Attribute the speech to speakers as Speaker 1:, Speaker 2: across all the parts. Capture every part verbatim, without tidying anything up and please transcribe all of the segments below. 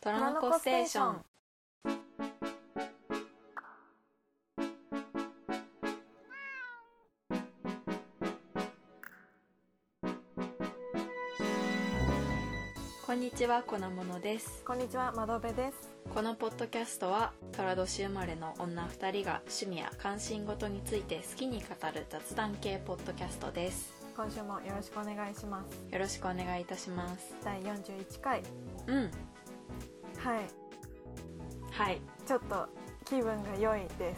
Speaker 1: トラノコステーション。こんにちは、粉ものです。
Speaker 2: こんにちは、窓辺です。
Speaker 1: このポッドキャストは寅年生まれの女ふたりが趣味や関心事について好きに語る雑談系ポッドキャストです。
Speaker 2: 今週もよろしくお願いします。
Speaker 1: よろしくお願いいたします。
Speaker 2: だいよんじゅういっかい。
Speaker 1: うん。
Speaker 2: はい
Speaker 1: はい。
Speaker 2: ちょっと気分が良いです。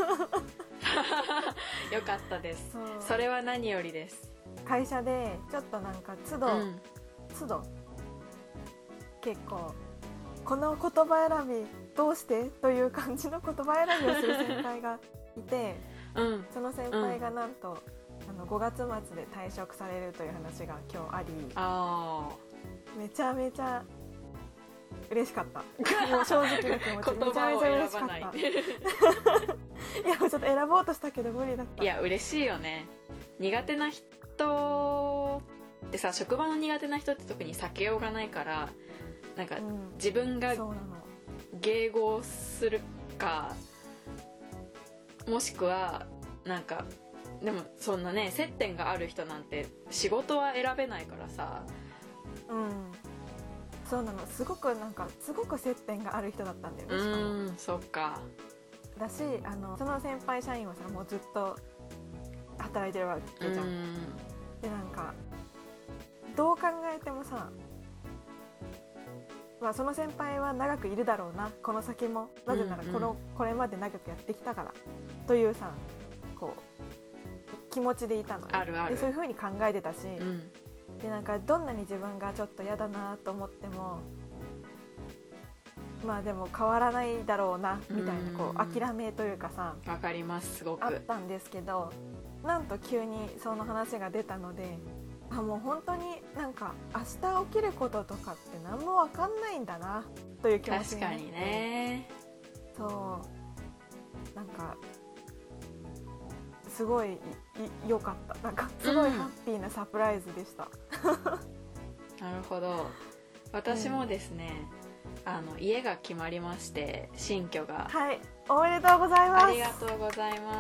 Speaker 1: よかったです。
Speaker 2: そ,
Speaker 1: それは何よりです。
Speaker 2: 会社でちょっとなんか都度、うん、都度結構この言葉選びどうしてという感じの言葉選びをする先輩がいて、うん、その先輩がなんと、うん、あのごがつまつで退職されるという話が今日あり、
Speaker 1: あ
Speaker 2: めちゃめちゃ嬉しかった。もう正直な気持ちめちゃめちゃ嬉しかった。いやちょっと選ぼうとしたけど無理だった。
Speaker 1: いや嬉しいよね。苦手な人ってさ、職場の苦手な人って特に避けようがないから、なんか、うん、自分が迎合するか、もしくはなんかでもそんなね接点がある人なんて仕事は選べないからさ。
Speaker 2: うん、そうなの。すごくなんかすごく接点がある人だったんだよね。しかも
Speaker 1: うん、そっか。
Speaker 2: だし、あのその先輩社員はさもうずっと働いてるわけじゃん。うん、でなんかどう考えてもさ、まあ、その先輩は長くいるだろうな、この先も。なぜならこの、うんうん、これまで長くやってきたからというさ、こう気持ちでいたの、ね、
Speaker 1: あるある。
Speaker 2: でそういう風に考えてたし、うん、でなんかどんなに自分がちょっと嫌だなと思っても、まあでも変わらないだろうなみたいな、こう諦めというかさ、
Speaker 1: わかります。すごく
Speaker 2: あったんですけど、なんと急にその話が出たので、あもう本当になんか明日起きることとかって何も分かんないんだなという気持ちになって。
Speaker 1: 確かにね。
Speaker 2: そうなんかすごい良かった。なんかすごいハッピーなサプライズでした、うん、
Speaker 1: なるほど。私もですね、うん、あの家が決まりまして、新居が。
Speaker 2: はい、おめでとうございます。
Speaker 1: ありがとうございます。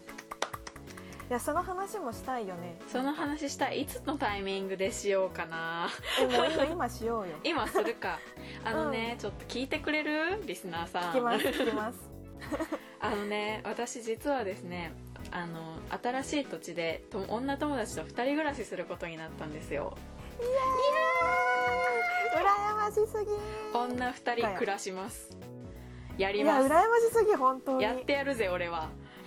Speaker 2: いやその話もしたいよね。
Speaker 1: その話したい。いつのタイミングでしようかな。
Speaker 2: えもう今今しようよ。
Speaker 1: 今するか。あのね、うん、ちょっと聞いてくれるリスナーさん。
Speaker 2: 聞きます聞きます。
Speaker 1: あのね、私実はですね、あの新しい土地でと女友達とふたり暮らしすることになったんですよ。
Speaker 2: イエーイ、羨ましすぎ。
Speaker 1: 女ふたり暮らします。やります。
Speaker 2: いや羨ましすぎ、本当に
Speaker 1: やってやるぜ俺は。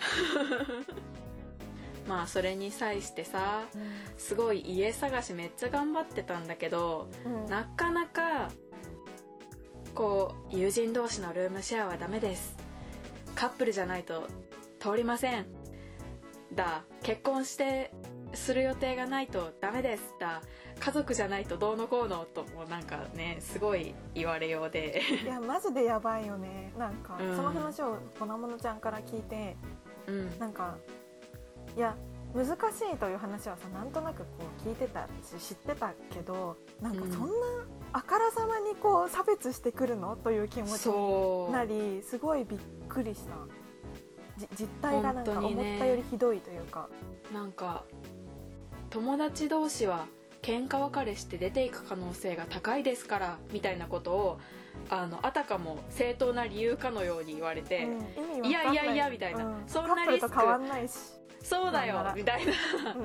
Speaker 1: まあそれに際してさ、うん、すごい家探しめっちゃ頑張ってたんだけど、うん、なかなかこう友人同士のルームシェアはダメです、カップルじゃないと通りませんだ、結婚してする予定がないとダメですだ、家族じゃないとどうのこうのと、もうなんかねすごい言われようで。
Speaker 2: いやマジでやばいよね。なんか、うん、その話を粉ものちゃんから聞いて、うん、なんかいや難しいという話はさなんとなくこう聞いてたし知ってたけど、なんかそんなあからさまにこう差別してくるのという気持ちになり、すごいびっくりした。じ実態がなんか思ったよりひどいというか、
Speaker 1: ね、なんか友達同士は喧嘩別れして出ていく可能性が高いですからみたいなことをあのあたかも正当な理由かのように言われて、うん、いやいやいやみたいな、うん、
Speaker 2: そんなリスクカップルと変わんないし、
Speaker 1: そうだよみたいな、うん、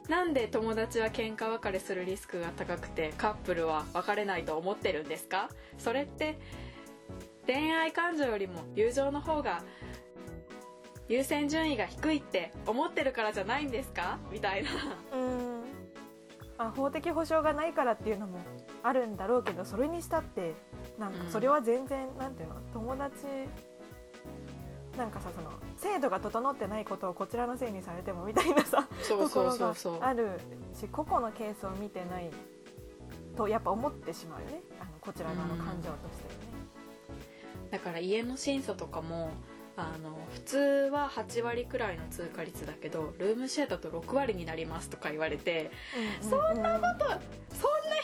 Speaker 1: なんで友達は喧嘩別れするリスクが高くてカップルは別れないと思ってるんですか？それって恋愛感情よりも友情の方が優先順位が低いって思ってるからじゃないんですか？みたいな。
Speaker 2: うん、あ、法的保障がないからっていうのもあるんだろうけど、それにしたってなんかそれは全然、うん、なんていうの、友達なんかさ、その制度が整ってないことをこちらのせいにされてもみたいなさ、ところがあるし、個々のケースを見てないとやっぱ思ってしまうよね、あのこちら側の感情としてね、
Speaker 1: うん、だから家の審査とかもあの普通ははちわりくらいの通過率だけどルームシェアだとろくわりになりますとか言われて、うんうんうん、そんなことそんな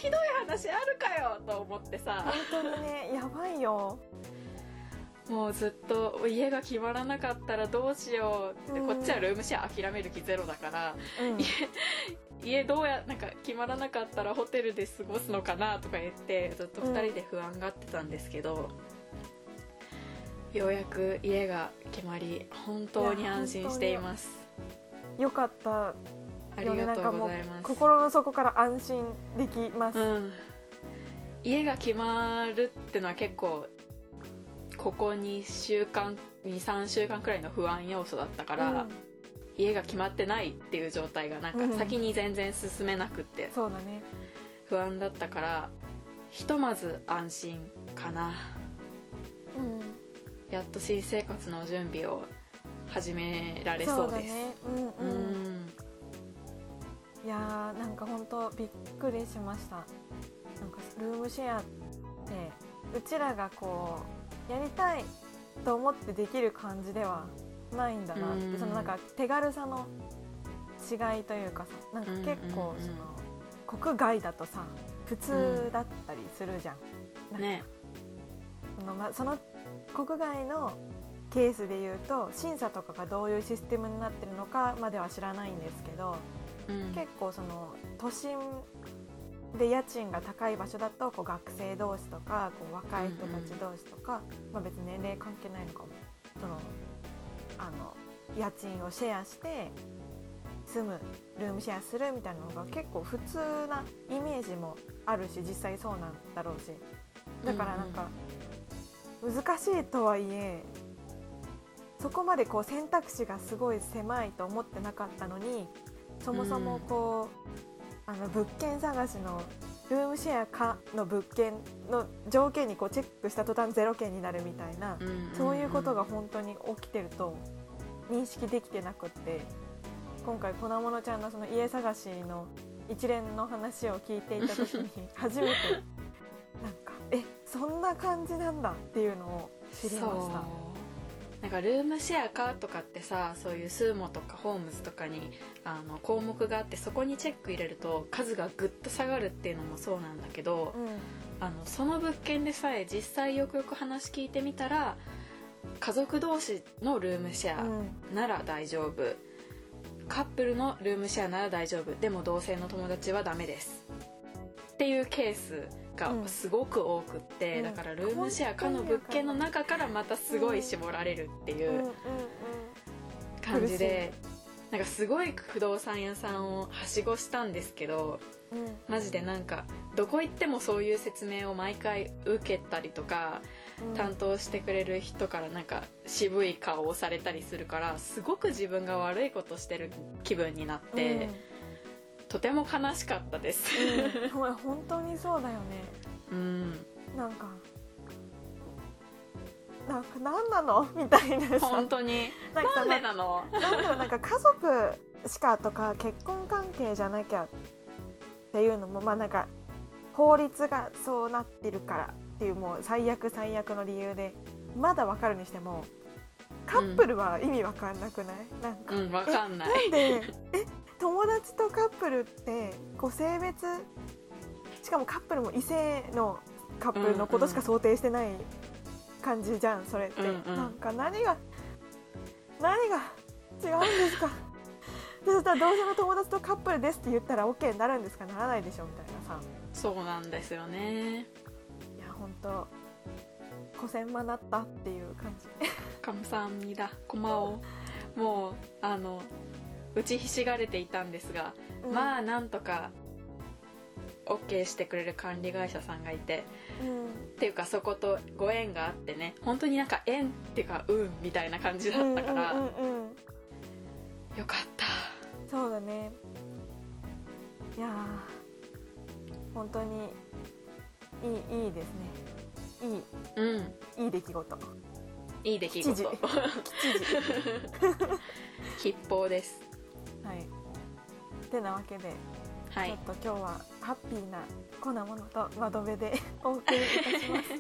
Speaker 1: ひどい話あるかよと思ってさ、
Speaker 2: 本当にねやばいよ。
Speaker 1: もうずっと家が決まらなかったらどうしようって、うん、こっちはルームシェア諦める気ゼロだから、うん、家, 家どうやなんか決まらなかったらホテルで過ごすのかなとか言ってずっとふたりで不安がってたんですけど、うん、ようやく家が決まり本当に安心しています。
Speaker 2: よかった。
Speaker 1: ありがとうございます。
Speaker 2: 心の底から安心できます、うん、
Speaker 1: 家が決まるってのは結構ここにしゅうかん にさんしゅうかんくらいの不安要素だったから、うん、家が決まってないっていう状態がなんか先に全然進めなくって、
Speaker 2: うん、そうだね、
Speaker 1: 不安だったからひとまず安心かな、うん、やっと新生活の準備を始められそうです。そうだね、うんうん、うん、
Speaker 2: いやーなんか本当びっくりしました。なんかルームシェアってうちらがこうやりたいと思ってできる感じではないんだなって、そのなんか手軽さの違いというかさ、なんか結構その国外だとさ普通だったりするじゃん、うん、ね、その、ま、その国外のケースで言うと審査とかがどういうシステムになってるのかまでは知らないんですけど、うん、結構その都心で家賃が高い場所だとこう学生同士とかこう若い人たち同士とか、うんうん、まあ、別に年齢関係ないのかも、そのあの家賃をシェアして住むルームシェアするみたいなのが結構普通なイメージもあるし実際そうなんだろうし、だからなんか難しいとはいえそこまでこう選択肢がすごい狭いと思ってなかったのに、そもそもこうあの物件探しのルームシェアかの物件の条件にこうチェックした途端ゼロ件になるみたいな、うんうんうん、そういうことが本当に起きてると認識できてなくって、今回粉ものちゃんのその家探しの一連の話を聞いていた時に初めてなんかえそんな感じなんだっていうのを知りました。
Speaker 1: なんかルームシェアかとかってさ、そういうスーモとかホームズとかにあの項目があって、そこにチェック入れると数がぐっと下がるっていうのもそうなんだけど、うん、あのその物件でさえ実際よくよく話聞いてみたら家族同士のルームシェアなら大丈夫、うん、カップルのルームシェアなら大丈夫、でも同性の友達はダメですっていうケースがすごく多くって、うん、だからルームシェアかの物件の中からまたすごい絞られるっていう感じで、なんかすごい不動産屋さんをはしごしたんですけど、うん、マジでなんかどこ行ってもそういう説明を毎回受けたりとか、うん、担当してくれる人からなんか渋い顔をされたりするから、すごく自分が悪いことしてる気分になって、うん、とても悲しかったです、
Speaker 2: うん、本当にそうだよね、うん、なんかなんか何なのみたいなさ、
Speaker 1: 本当になんでなの
Speaker 2: なんだろう、なんか家族しかとか結婚関係じゃなきゃっていうのも、まあなんか法律がそうなってるからっていうもう最悪最悪の理由でまだ分かるにしても、カップルは意味分かんなくない？なんか、
Speaker 1: うん、分かんない。
Speaker 2: なんでえ友達とカップルってこう性別、しかもカップルも異性のカップルのことしか想定してない感じじゃんそれって、うんうん、なんか何が何が違うんですかでそしたら同性の友達とカップルですって言ったら OK になるんですか、ならないでしょみたいなさ。
Speaker 1: そうなんですよね。
Speaker 2: いや本当ごせんまだったっていう感じ
Speaker 1: 감사합니다。コマをもうあの打ちひしがれていたんですが、うん、まあなんとか OK してくれる管理会社さんがいて、うん、っていうかそことご縁があってね、本当になんか縁っていうかうんみたいな感じだったから、うんうんうんうん、よかった。
Speaker 2: そうだね。いや本当にいい、いいですね。いい、うん、いい出来事。
Speaker 1: いい出来事。吉報です。
Speaker 2: はい。てなわけで、はい、ちょっと今日はハッピーな粉ものと窓辺でお送りいたします。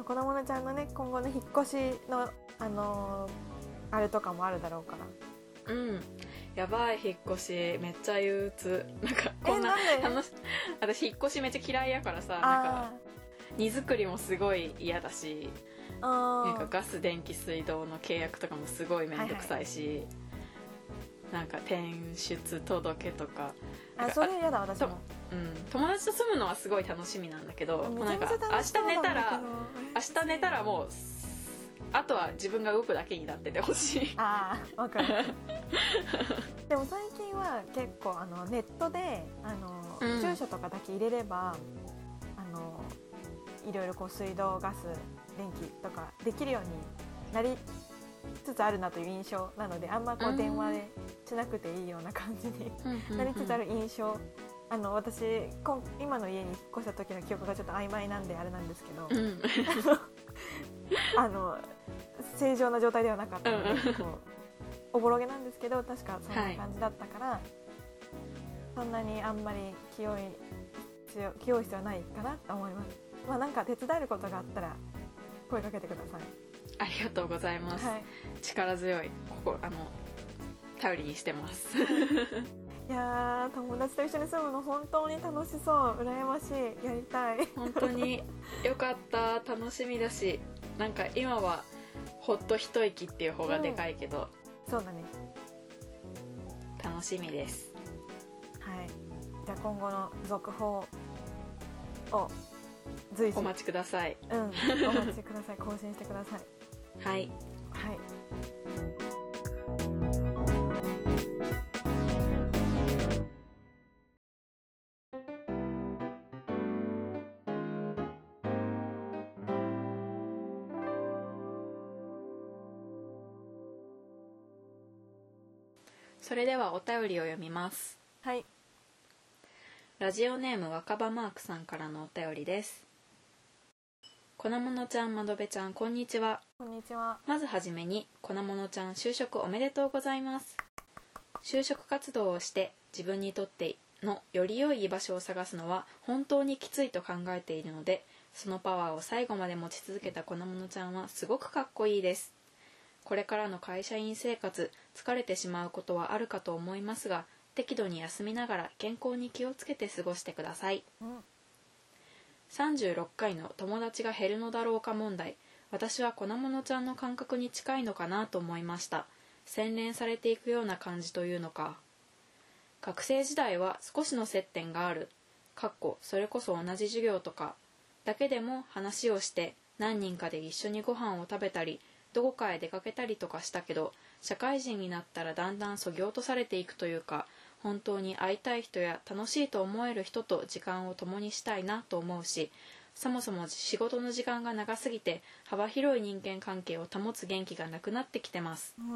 Speaker 2: 粉ものちゃんのね今後の引っ越しのあのー、あれとかもあるだろうから。
Speaker 1: うん。 やばい、引っ越しめっちゃ憂鬱。なんかこんな楽し私引っ越しめっちゃ嫌いやからさ、なんか荷造りもすごい嫌だし、なんかガス電気水道の契約とかもすごいめんどくさいし、はいはい、なんか転出届とか、
Speaker 2: あ、それ嫌だ私も。
Speaker 1: うん、友達と住むのはすごい楽しみなんだけど、もうなんか明日寝たら明日寝たらもうあとは自分が動くだけになっててほしい。
Speaker 2: ああ、わかる。でも最近は結構あのネットであの、うん、住所とかだけ入れればあのいろいろこう水道ガス電気とかできるようになりつつあるなという印象なので、あんまこう電話でしなくていいような感じになりつつある印象。あの私今の家に引っ越した時の記憶がちょっと曖昧なんであれなんですけど、うん、あの正常な状態ではなかったので、うん、こうおぼろげなんですけど、確かそんな感じだったから、はい、そんなにあんまり気負い気負う必要はないかなと思います。まあ、なんか手伝えることがあったら声かけてください。
Speaker 1: ありがとうございます、はい、力強いここあの頼りにしてます。
Speaker 2: いやー、友達と一緒に住むの本当に楽しそう、羨ましい、やりたい。
Speaker 1: 本当によかった、楽しみだし、なんか今はほっと一息っていう方がでかいけど、
Speaker 2: うん、そうだね、
Speaker 1: 楽しみです。
Speaker 2: はい、じゃあ今後の続報を随時
Speaker 1: お待ちください。
Speaker 2: うん、お待ちください。更新してください。
Speaker 1: はい
Speaker 2: はい。
Speaker 1: それではお便りを読みます。
Speaker 2: はい。
Speaker 1: ラジオネーム若葉マークさんからのお便りです。粉ものちゃん、まどべちゃん、こんにちは。
Speaker 2: こんにちは。
Speaker 1: まずはじめに、粉ものちゃん就職おめでとうございます。就職活動をして自分にとってのより良い居場所を探すのは本当にきついと考えているので、そのパワーを最後まで持ち続けた粉ものちゃんはすごくかっこいいです。これからの会社員生活、疲れてしまうことはあるかと思いますが、適度に休みながら健康に気をつけて過ごしてください。うん、さんじゅうろっかいの友達が減るのだろうか問題。私は粉ものちゃんの感覚に近いのかなと思いました。洗練されていくような感じというのか。学生時代は少しの接点がある。かっこそれこそ同じ授業とか。だけでも話をして何人かで一緒にご飯を食べたり、どこかへ出かけたりとかしたけど、社会人になったらだんだんそぎ落とされていくというか、本当に会いたい人や楽しいと思える人と時間を共にしたいなと思うし、そもそも仕事の時間が長すぎて幅広い人間関係を保つ元気がなくなってきてます。
Speaker 2: うん、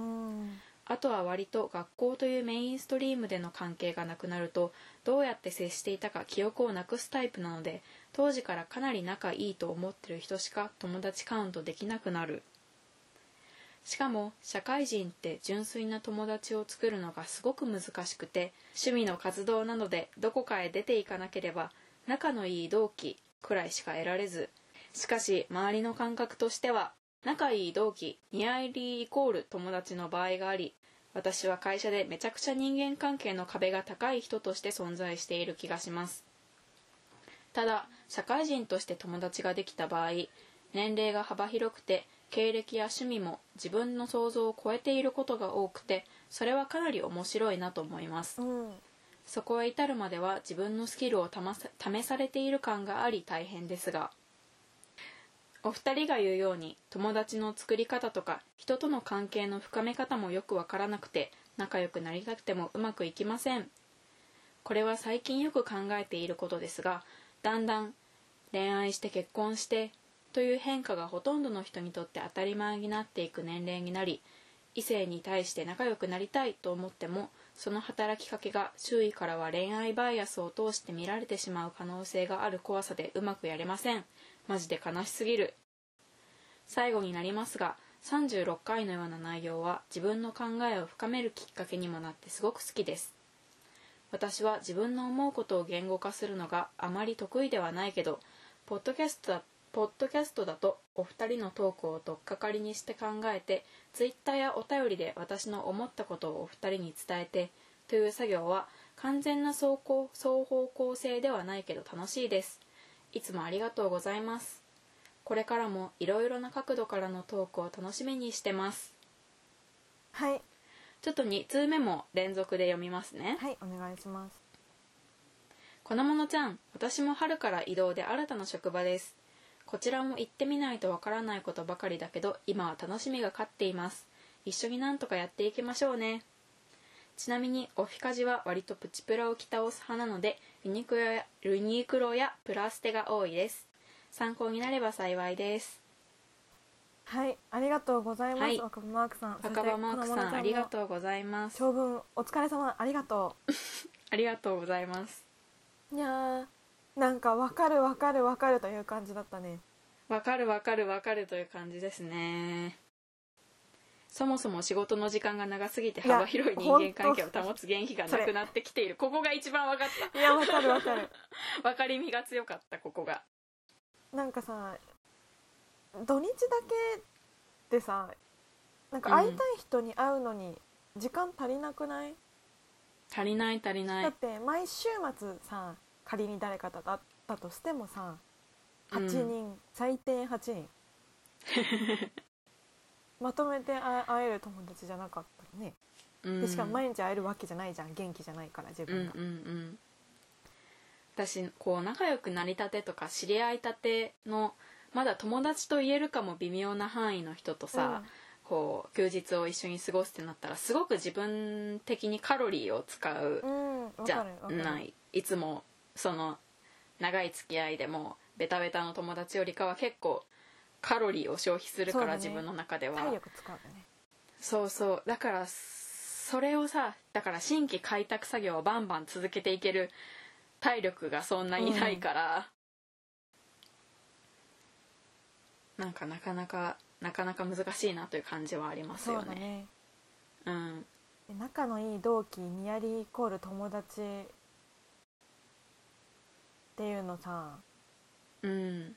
Speaker 1: あとは割と学校というメインストリームでの関係がなくなると、どうやって接していたか記憶をなくすタイプなので、当時からかなり仲いいと思ってる人しか友達カウントできなくなる。しかも社会人って純粋な友達を作るのがすごく難しくて、趣味の活動なのでどこかへ出ていかなければ仲のいい同期くらいしか得られず、しかし周りの感覚としては仲いい同期ニアリーイコール友達の場合があり、私は会社でめちゃくちゃ人間関係の壁が高い人として存在している気がします。ただ社会人として友達ができた場合、年齢が幅広くて経歴や趣味も自分の想像を超えていることが多くて、それはかなり面白いなと思います。
Speaker 2: うん、
Speaker 1: そこへ至るまでは自分のスキルを試されている感があり大変ですが、お二人が言うように友達の作り方とか人との関係の深め方もよくわからなくて、仲良くなりたくてもうまくいきません。これは最近よく考えていることですが、だんだん恋愛して結婚してという変化がほとんどの人にとって当たり前になっていく年齢になり、異性に対して仲良くなりたいと思っても、その働きかけが周囲からは恋愛バイアスを通して見られてしまう可能性がある怖さでうまくやれません。マジで悲しすぎる。最後になりますが、さんじゅうろっかいのような内容は自分の考えを深めるきっかけにもなってすごく好きです。私は自分の思うことを言語化するのがあまり得意ではないけど、ポッドキャストだっポッドキャストだとお二人のトークを取っかかりにして考えて、ツイッターやお便りで私の思ったことをお二人に伝えてという作業は完全な双方双方向性ではないけど楽しいです。いつもありがとうございます。これからもいろいろな角度からのトークを楽しみにしてます。
Speaker 2: はい、
Speaker 1: ちょっとに通目も連続で読みますね。
Speaker 2: はい、お願いします。
Speaker 1: 粉ものちゃん、私も春から異動で新たな職場です。こちらも行ってみないとわからないことばかりだけど、今は楽しみが勝っています。一緒になんとかやっていきましょうね。ちなみにオフィカジは割とプチプラを着倒す派なので、ユニクロやユニクロやプラステが多いです。参考になれば幸いです。
Speaker 2: はい、ありがとうございます。
Speaker 1: はい、
Speaker 2: 若葉マークさん、
Speaker 1: 若葉マークさん、ありがとうございます。
Speaker 2: 長文お疲れ様、ありがとう。
Speaker 1: ありがとうございます。
Speaker 2: いやー、なんかわかるわかるわかるという感じだったね。
Speaker 1: わかるわかるわかるという感じですね。そもそも仕事の時間が長すぎて幅広い人間関係を保つ元気がなくなってきている。ここが一番わかった。
Speaker 2: いや、わかるわかる。
Speaker 1: わかりみが強かった、ここが。
Speaker 2: なんかさ、土日だけでさ、なんか会いたい人に会うのに時間足りなくない？
Speaker 1: 足りない足りない。
Speaker 2: だって毎週末さ、仮に誰かと会ったとしてもさ、はちにん、うん、最低はちにんまとめて会える友達じゃなかったね、うん、でしかも毎日会えるわけじゃないじゃん、元気じゃないから自分が、うんうんうん、
Speaker 1: 私こう仲良くなりたてとか知り合いたてのまだ友達と言えるかも微妙な範囲の人とさ、うん、こう休日を一緒に過ごすってなったらすごく自分的にカロリーを使うじゃない、いつもその長い付き合いでもベタベタの友達よりかは結構カロリーを消費するから、ね、自分の中では
Speaker 2: 体力使うね。
Speaker 1: そうそう、だからそれをさ、だから新規開拓作業をバンバン続けていける体力がそんなにないから、うん、なんかなかなかなかなか難しいなという感じはありますよね。そうだね。うん。
Speaker 2: 仲のいい同期ニアリーイコール友達っていうのさ、
Speaker 1: うん。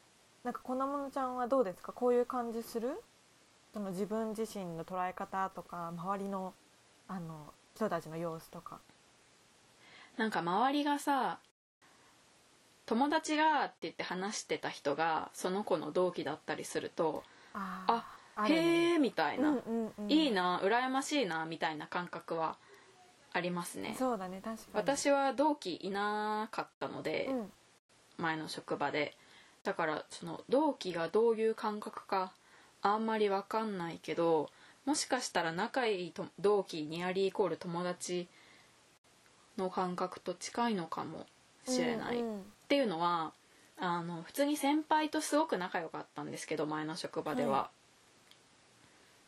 Speaker 2: なんか粉ものちゃんはどうですか？こういう感じする？その自分自身の捉え方とか周りのあの人たちの様子とか。
Speaker 1: なんか周りがさ、友達がって言って話してた人がその子の同期だったりすると、ああへえみたいな、うんうんうん、いいな羨ましいなみたいな感覚はありますね。
Speaker 2: そうだね、確かに。
Speaker 1: 私は同期いなかったので、うん、前の職場でだからその同期がどういう感覚かあんまり分かんないけど、もしかしたら仲いいと同期ニアリーイコール友達の感覚と近いのかもしれない、うんうん、っていうのはあの普通に先輩とすごく仲良かったんですけど、前の職場では、はい、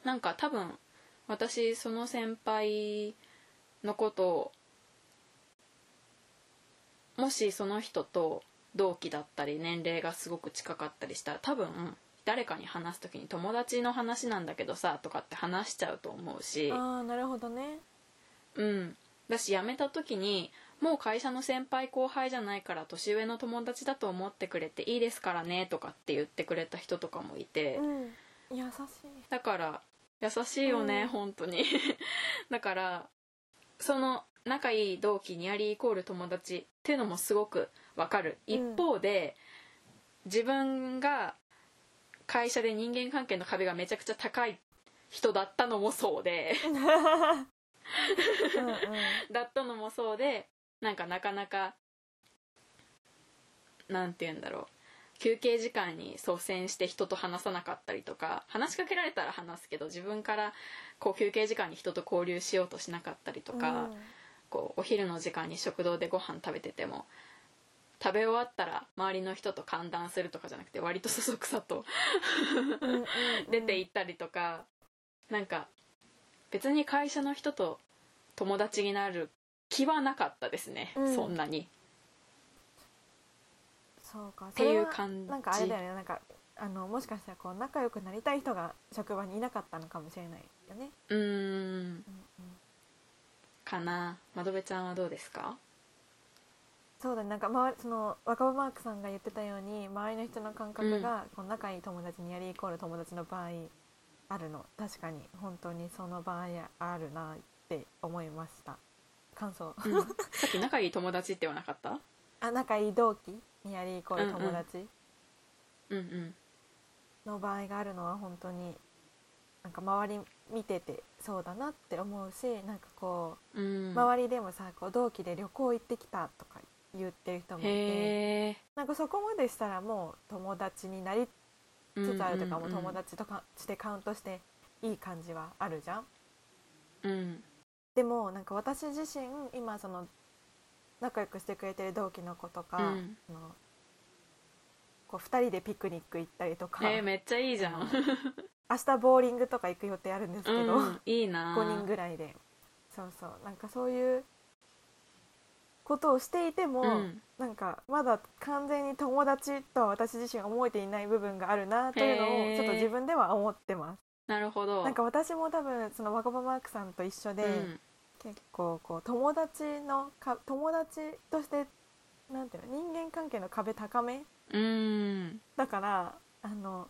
Speaker 1: なんか多分私その先輩のことをもしその人と同期だったり年齢がすごく近かったりしたら多分誰かに話す時に友達の話なんだけどさとかって話しちゃうと思うし、
Speaker 2: あーなるほどね、
Speaker 1: うんだし辞めた時にもう会社の先輩後輩じゃないから年上の友達だと思ってくれていいですからねとかって言ってくれた人とかもいて、
Speaker 2: うん、優しい。
Speaker 1: だから優しいよね、うん、本当にだからその仲いい同期ニアリーイコール友達っていうのもすごくわかる。一方で、うん、自分が会社で人間関係の壁がめちゃくちゃ高い人だったのもそうでうん、うん、だったのもそうで、なんかなかなかなんて言うんだろう、休憩時間に率先して人と話さなかったりとか、話しかけられたら話すけど自分からこう休憩時間に人と交流しようとしなかったりとか、うん、こうお昼の時間に食堂でご飯食べてても食べ終わったら周りの人と歓談するとかじゃなくて割とそそくさと出て行ったりとか、なんか別に会社の人と友達になる気はなかったですね、うん、そんなに。
Speaker 2: そうか、
Speaker 1: っていう感じ。
Speaker 2: なんかあれだよね、なんかあのもしかしたらこう仲良くなりたい人が職場にいなかったのかもしれないよね。
Speaker 1: うーん、うんうん、かな。窓辺ちゃんはどうですか？
Speaker 2: そうだね、なんか周りその若葉マークさんが言ってたように周りの人の感覚が、こう仲いい友達にやりイコール友達の場合あるの。確かに本当にその場合あるなって思いました。感想、
Speaker 1: うん、さっき仲いい友達って言わなかった？
Speaker 2: あ、仲いい同期にやりイコール友達の場合があるのは本当になんか周り見ててそうだなって思うし、なんかこう、うん、周りでもさこう同期で旅行行ってきたとか言ってる人もいて、なんかそこまでしたらもう友達になりつつあるとか、もう友達とかしてカウントしていい感じはあるじゃん、うん、でもなんか私自身今その仲良くしてくれてる同期の子とか、うん、のこうふたりでピクニック行ったりとか、
Speaker 1: えー、めっちゃいいじゃん
Speaker 2: 明日ボーリングとか行く予定あるんですけど、
Speaker 1: うん、いいな。
Speaker 2: ごにんぐらいで、そうそう、なんかそういうことをしていても、うん、なんかまだ完全に友達とは私自身思えていない部分があるなというのをちょっと自分では思ってます。
Speaker 1: なるほど。
Speaker 2: なんか私も多分その若葉マークさんと一緒で、うん、結構こう友達のか友達としてなんていうの、人間関係の壁高め、うん、だからあの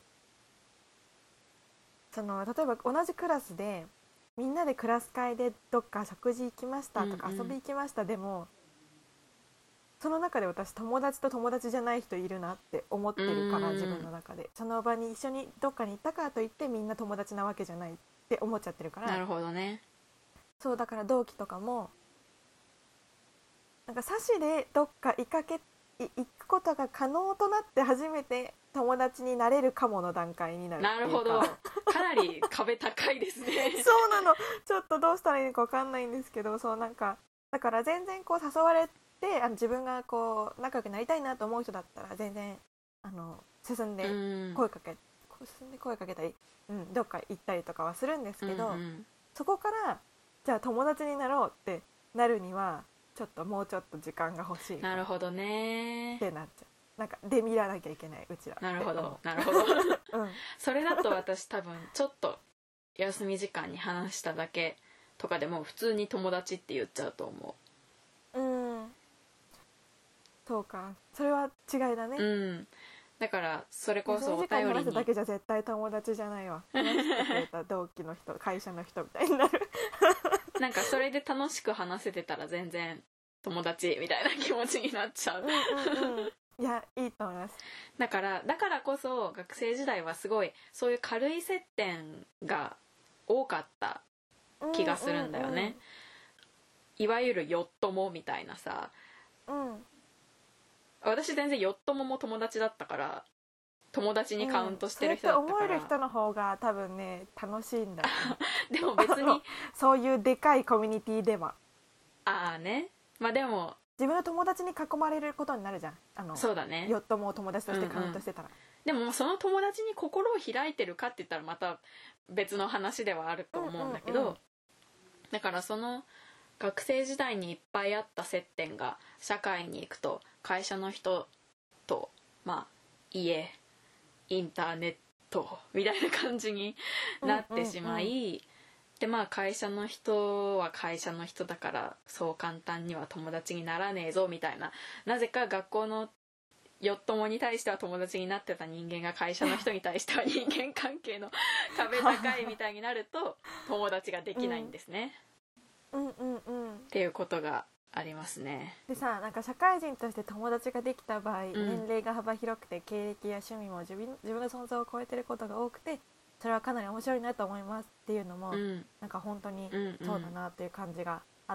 Speaker 2: その例えば同じクラスでみんなでクラス会でどっか食事行きましたとか、遊び行きました、うんうん、でもその中で私友達と友達じゃない人いるなって思ってるから、自分の中でその場に一緒にどっかに行ったからといってみんな友達なわけじゃないって思っちゃってるから。
Speaker 1: なるほどね。
Speaker 2: そうだから同期とかもなんか差しでどっか行かけ行くことが可能となって初めて友達になれるかもの段階になるっていうか。
Speaker 1: なるほど、かなり壁高いですね
Speaker 2: そうなの、ちょっとどうしたらいいのか分かんないんですけど、そうなんかだから全然こう誘われてあの自分がこう仲良くなりたいなと思う人だったら全然あの進んで声かけ、うん、進んで声かけたり、うん、どっか行ったりとかはするんですけど、うんうん、そこからじゃあ友達になろうってなるにはちょっともうちょっと時間が欲しい。
Speaker 1: なるほどね
Speaker 2: ってなっちゃう。なんかデミらなきゃいけないうちら。
Speaker 1: なるほどなるほど、うん、それだと私多分ちょっと休み時間に話しただけとかでも普通に友達って言っちゃうと思
Speaker 2: う。うん、そうか、それは違いだね。
Speaker 1: うん、だからそれこそお便りに
Speaker 2: 休み時間に話すだけじゃ絶対友達じゃないわ。話してくれた同期の人会社の人みたいになる
Speaker 1: なんかそれで楽しく話せてたら全然友達みたいな気持ちになっちゃう。
Speaker 2: うんうん、うん、いやいいと思います。
Speaker 1: だからだからこそ学生時代はすごいそういう軽い接点が多かった気がするんだよね、うんうんうん、いわゆるよっともみたいなさ、うん、私全然よっともも友達だったから友達にカウントしてる人だったから、うん、
Speaker 2: そうやって思える人の方が多分ね楽しいんだよね
Speaker 1: でも別に
Speaker 2: そういうでかいコミュニティでは
Speaker 1: ああね、まあでも
Speaker 2: 自分の友達に囲まれることになるじゃん。あの
Speaker 1: そうだね、
Speaker 2: よっとも友達としてカウントしてたら、
Speaker 1: うんうん、でもその友達に心を開いてるかって言ったらまた別の話ではあると思うんだけど、うんうんうん、だからその学生時代にいっぱいあった接点が社会に行くと会社の人とまあ家インターネットみたいな感じになってしまい、うんうんうん、でまあ会社の人は会社の人だからそう簡単には友達にならねえぞみたいな、なぜか学校のよっともに対しては友達になってた人間が会社の人に対しては人間関係の壁高いみたいになると友達ができないんですね、
Speaker 2: うん、うんうんうん
Speaker 1: っていうことがありますね。
Speaker 2: でさ、なんか社会人として友達ができた場合、うん、年齢が幅広くて経歴や趣味も自分、自分の想像を超えてることが多くてそれはかなり面白いなと思いますっていうのも、うん、なんか本当にそうだなっていう感じがあって、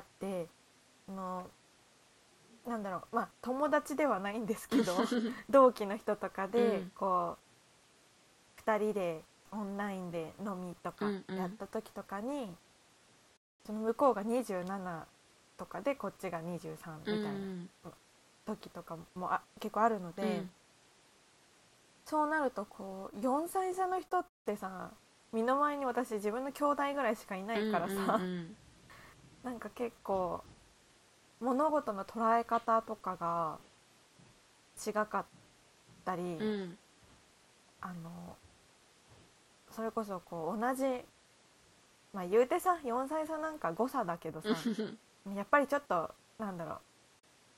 Speaker 2: うんうん、あのなんだろう、まあ友達ではないんですけど同期の人とかでこう、うん、ふたりでオンラインで飲みとかやった時とかに、うんうん、その向こうがにじゅうななとかでこっちがにじゅうさんみたいな時とかもあ結構あるので、うん、そうなるとこうよんさい差の人ってさ、身の前に私自分の兄弟ぐらいしかいないからさ、うんうんうん、なんか結構物事の捉え方とかが違かったり、うん、あのそれこそこう同じ、まあ言うてさよんさい差なんか誤差だけどさやっぱりちょっとなんだろ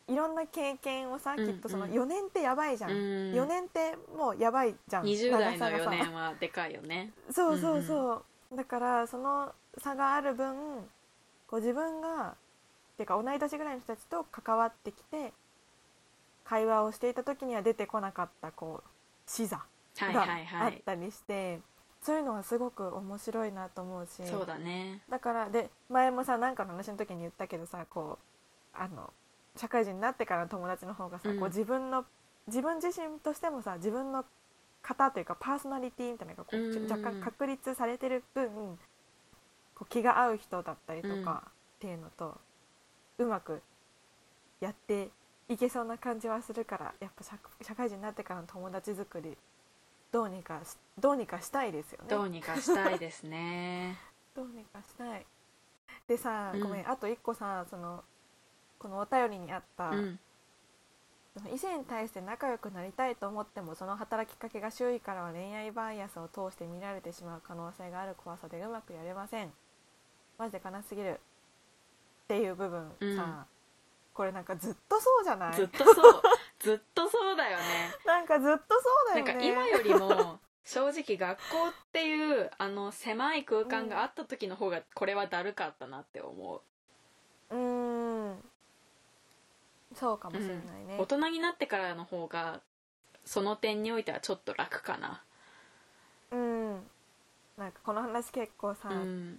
Speaker 2: いろんな経験をさ、
Speaker 1: うんうん、
Speaker 2: きっとそのよねんってやばいじゃん、うん、よねんってもうやばいじゃん、
Speaker 1: にじゅう代のよねんはでかいよね
Speaker 2: そうそうそう、うんうん、だからその差がある分こう自分がっていうか同い年ぐらいの人たちと関わってきて会話をしていた時には出てこなかったこう視座があったりして、はいはいはい、そういうのはすごく面白いなと思うし、
Speaker 1: そうだね、
Speaker 2: だからで前もさ何かの話の時に言ったけどさ、こうあの社会人になってからの友達の方がさ、うん、こう自分の自分自身としてもさ自分の型というかパーソナリティみたいなのがこう、うん、若干確立されてる分こう気が合う人だったりとかっていうのと、うん、うまくやっていけそうな感じはするから、やっぱ 社, 社会人になってからの友達作りどうにかしどうにかしたいですよね。
Speaker 1: どうにかしたいですね
Speaker 2: どうにかしたい。でさ、ごめん、うん、あと一個さ、そのこのお便りにあった、うん、異性に対して仲良くなりたいと思ってもその働きかけが周囲からは恋愛バイアスを通して見られてしまう可能性がある怖さでうまくやれません。マジで悲しすぎるっていう部分さ、うん、これなんかずっとそうじゃない？
Speaker 1: ずっとそうずっとそうだよね
Speaker 2: なんかずっとそうだよね。
Speaker 1: なんか今よりも正直学校っていうあの狭い空間があった時の方がこれはだるかったなって思
Speaker 2: う。うーん、そうかもしれないね、
Speaker 1: うん、大人になってからの方がその点においてはちょっと楽かな。
Speaker 2: うん、なんかこの話結構さ、うん、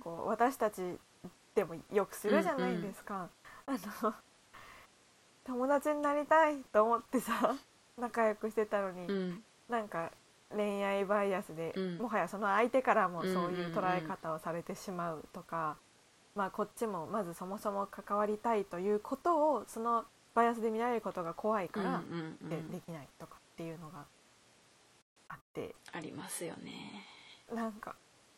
Speaker 2: こう私たちでもよくするじゃないですか、うんうん、あの友達になりたいと思ってさ仲良くしてたのに、うん、なんか恋愛バイアスで、うん、もはやその相手からもそういう捉え方をされてしまうとか、うんうんうん、まあこっちもまずそもそも関わりたいということをそのバイアスで見られることが怖いからでできないとかっていうのがあって、
Speaker 1: ありますよね。
Speaker 2: なんか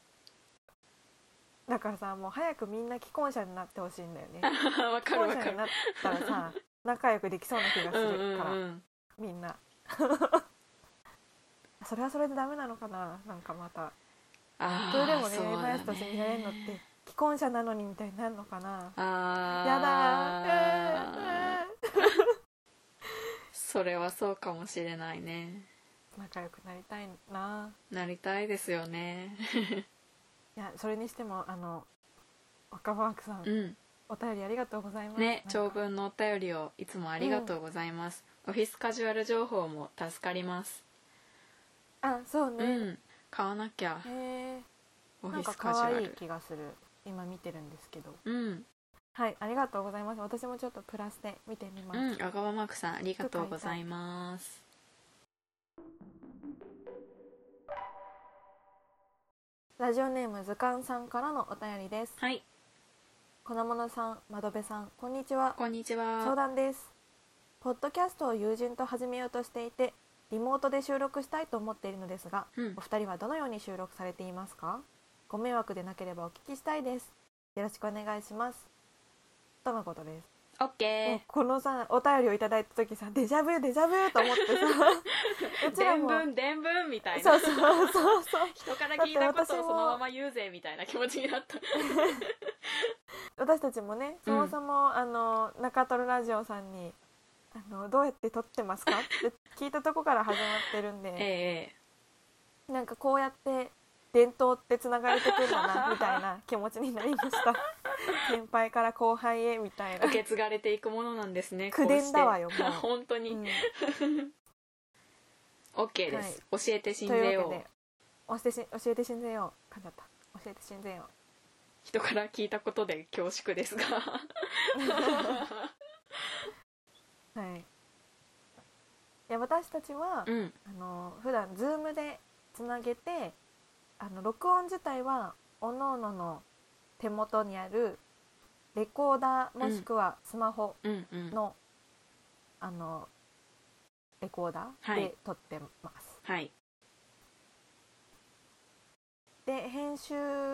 Speaker 2: だからさ、もう早くみんな既婚者になってほしいんだよね
Speaker 1: わかるわかる。既婚者
Speaker 2: になったらさ仲良くできそうな気がするから、うんうんうん、みんなそれはそれでダメなのかな。なんかまたそれでも恋愛バイアスとして見られるのって既婚者なのにみたいになるのかな。
Speaker 1: あ
Speaker 2: やだー
Speaker 1: それはそうかもしれないね。
Speaker 2: 仲良くなりたいな。
Speaker 1: なりたいですよね
Speaker 2: いやそれにしてもあの若葉枠さん、うん、お便りありがとうございます
Speaker 1: ね。長文のお便りをいつもありがとうございます、うん、オフィスカジュアル情報も助かります。
Speaker 2: あ、そうね、
Speaker 1: うん、買わなきゃ。
Speaker 2: へー、
Speaker 1: オフィスカジュアル
Speaker 2: なんか可愛い気がする。今見てるんですけど、
Speaker 1: うん、
Speaker 2: はい、ありがとうございます。私もちょっとプラスで見てみます。
Speaker 1: うん、赤羽マークさんありがとうございます。
Speaker 2: ラジオネーム図鑑さんからのお便りです。
Speaker 1: はい。
Speaker 2: 粉物さん、窓辺さん、こんにちは。
Speaker 1: こんにちは。
Speaker 2: 相談です。ポッドキャストを友人と始めようとしていてリモートで収録したいと思っているのですが、うん、お二人はどのように収録されていますか？ご迷惑でなければお聞きしたいです。よろしくお願いします。とのことです。
Speaker 1: オッケー。
Speaker 2: このさお便りをいただいた時さ、デジャブデジャブと思ってさうちらも
Speaker 1: 伝聞伝聞みたい
Speaker 2: な、そうそうそうそう
Speaker 1: 人から聞いたことをそのまま言うぜみたいな気持ちになった
Speaker 2: 私たちもね、そもそも、うん、あの中トロラジオさんにあのどうやって撮ってますかって聞いたとこから始まってるんで、
Speaker 1: え
Speaker 2: え、なんかこうやって伝統ってつながれてくるんだなみたいな気持ちになりました先輩から後輩へみたいな、
Speaker 1: 受け継がれていくものなんですね。
Speaker 2: 口伝だわよもう
Speaker 1: 本当に、うん、OK です、はい、教えて信ぜよう。
Speaker 2: 教えてし教えて信ぜよう噛んじゃった。教えて信ぜよう。
Speaker 1: 人から聞いたことで恐縮ですが
Speaker 2: はい、いや私たちは、うん、あの普段 Zoom でつなげて、あの録音自体はおのおのの手元にあるレコーダーもしくはスマホの、うんうんうん、あのレコーダーで撮ってます、
Speaker 1: はい、
Speaker 2: で編集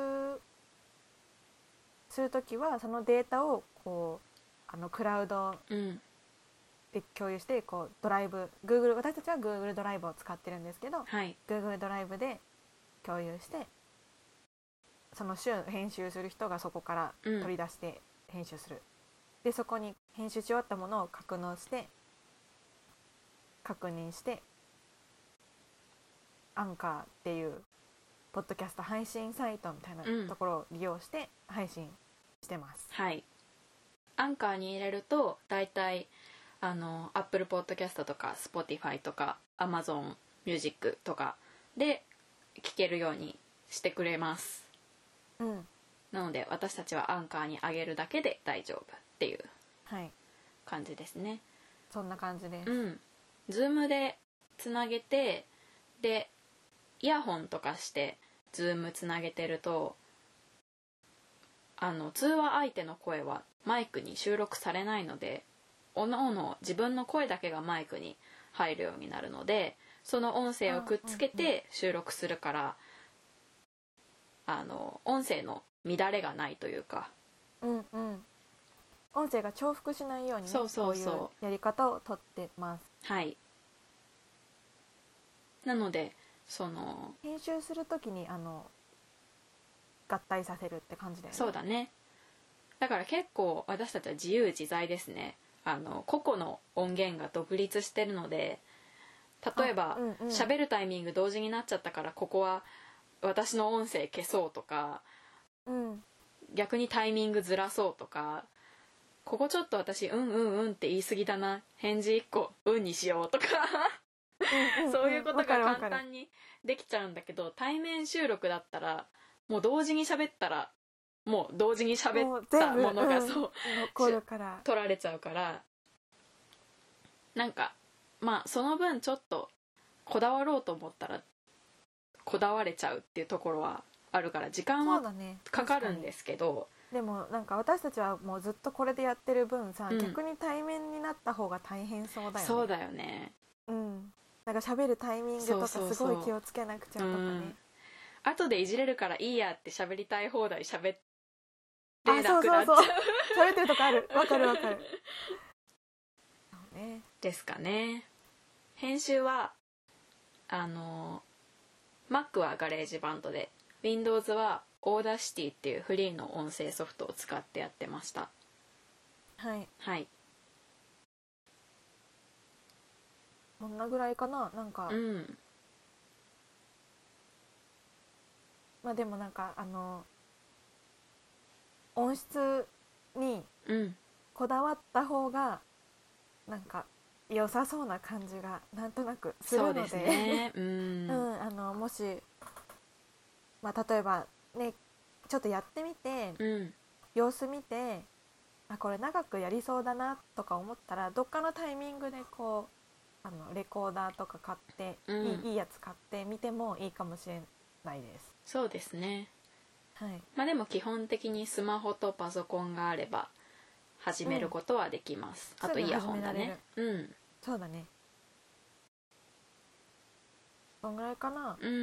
Speaker 2: するときはそのデータをこうあのクラウドで共有して、こうドライブ Google 私たちは Google ドライブを使ってるんですけど、
Speaker 1: はい、
Speaker 2: Google ドライブで共有して、その週編集する人がそこから取り出して編集するっでそこに編集し終わったものを格納して確認してアンカーっていうポッドキャスト配信サイトみたいなところを利用して配信してます、
Speaker 1: うん、はい。アンカーに入れるとだいたいあの Apple Podcast とか Spotify とか Amazon Music とかで聴けるようにしてくれます、
Speaker 2: うん、
Speaker 1: なので私たちはアンカーに上げるだけで大丈夫っていう感じですね、
Speaker 2: はい、そんな感じです。
Speaker 1: うん、Zoom でつなげてでイヤホンとかしてZoomつなげてるとあの通話相手の声はマイクに収録されないのでおのおの自分の声だけがマイクに入るようになるのでその音声をくっつけて収録するから、あの音声の乱れがないというか、
Speaker 2: うんうん、音声が重複しないようにね、
Speaker 1: そうそうそう、
Speaker 2: こういうやり方をとってます。
Speaker 1: はい。なのでその
Speaker 2: 編集するときにあの合体させるって感じだよね。
Speaker 1: そうだね。だから結構私たちは自由自在ですね。あの個々の音源が独立してるので、例えば喋、うんうん、るタイミング同時になっちゃったからここは私の音声消そうとか、
Speaker 2: うん、
Speaker 1: 逆にタイミングずらそうとか、ここちょっと私うんうんうんって言い過ぎだな、返事いっこうんにしようとかそういうことが簡単にできちゃうんだけど、対面収録だったらもう同時に喋ったらもう同時に喋ったものがそう、うん、
Speaker 2: 残るから
Speaker 1: 取られちゃうから、なんかまあその分ちょっとこだわろうと思ったらこだわれちゃうっていうところはあるから時間はかかるんですけど、
Speaker 2: でもなんか私たちはもうずっとこれでやってる分さ、うん、逆に対面になった方が大変そうだよね。
Speaker 1: そうだよね。
Speaker 2: うん。なんか喋るタイミングとかすごい気をつけなくちゃとかね。
Speaker 1: そうそうそう、うん、後でいじれるからいいやって喋りたい放題喋れなくなっちゃう。
Speaker 2: あ、そうそうそう。喋ってるとこある。わかるわかる。そうね。
Speaker 1: ですかね。編集はあの Mac はガレージバンドで Windows はオーダーシティっていうフリーの音声ソフトを使ってやってました。
Speaker 2: はい
Speaker 1: はい。
Speaker 2: こんなぐらいかな。なんか、
Speaker 1: うん、
Speaker 2: まあでもなんかあの音質にこだわった方がなんか良さそうな感じがなんとなくするので、
Speaker 1: そうですね、うん、
Speaker 2: うん、あのもし、まあ、例えばねちょっとやってみて、
Speaker 1: うん、
Speaker 2: 様子見て、あこれ長くやりそうだなとか思ったらどっかのタイミングでこうあのレコーダーとか買って、うん、いい、いいやつ買ってみてもいいかもしれないです。
Speaker 1: そうですね、
Speaker 2: はい、
Speaker 1: まあでも基本的にスマホとパソコンがあれば始めることはできます、うん、あとイヤホンだね。うん、
Speaker 2: そうだね。そんぐらいかな。
Speaker 1: うん。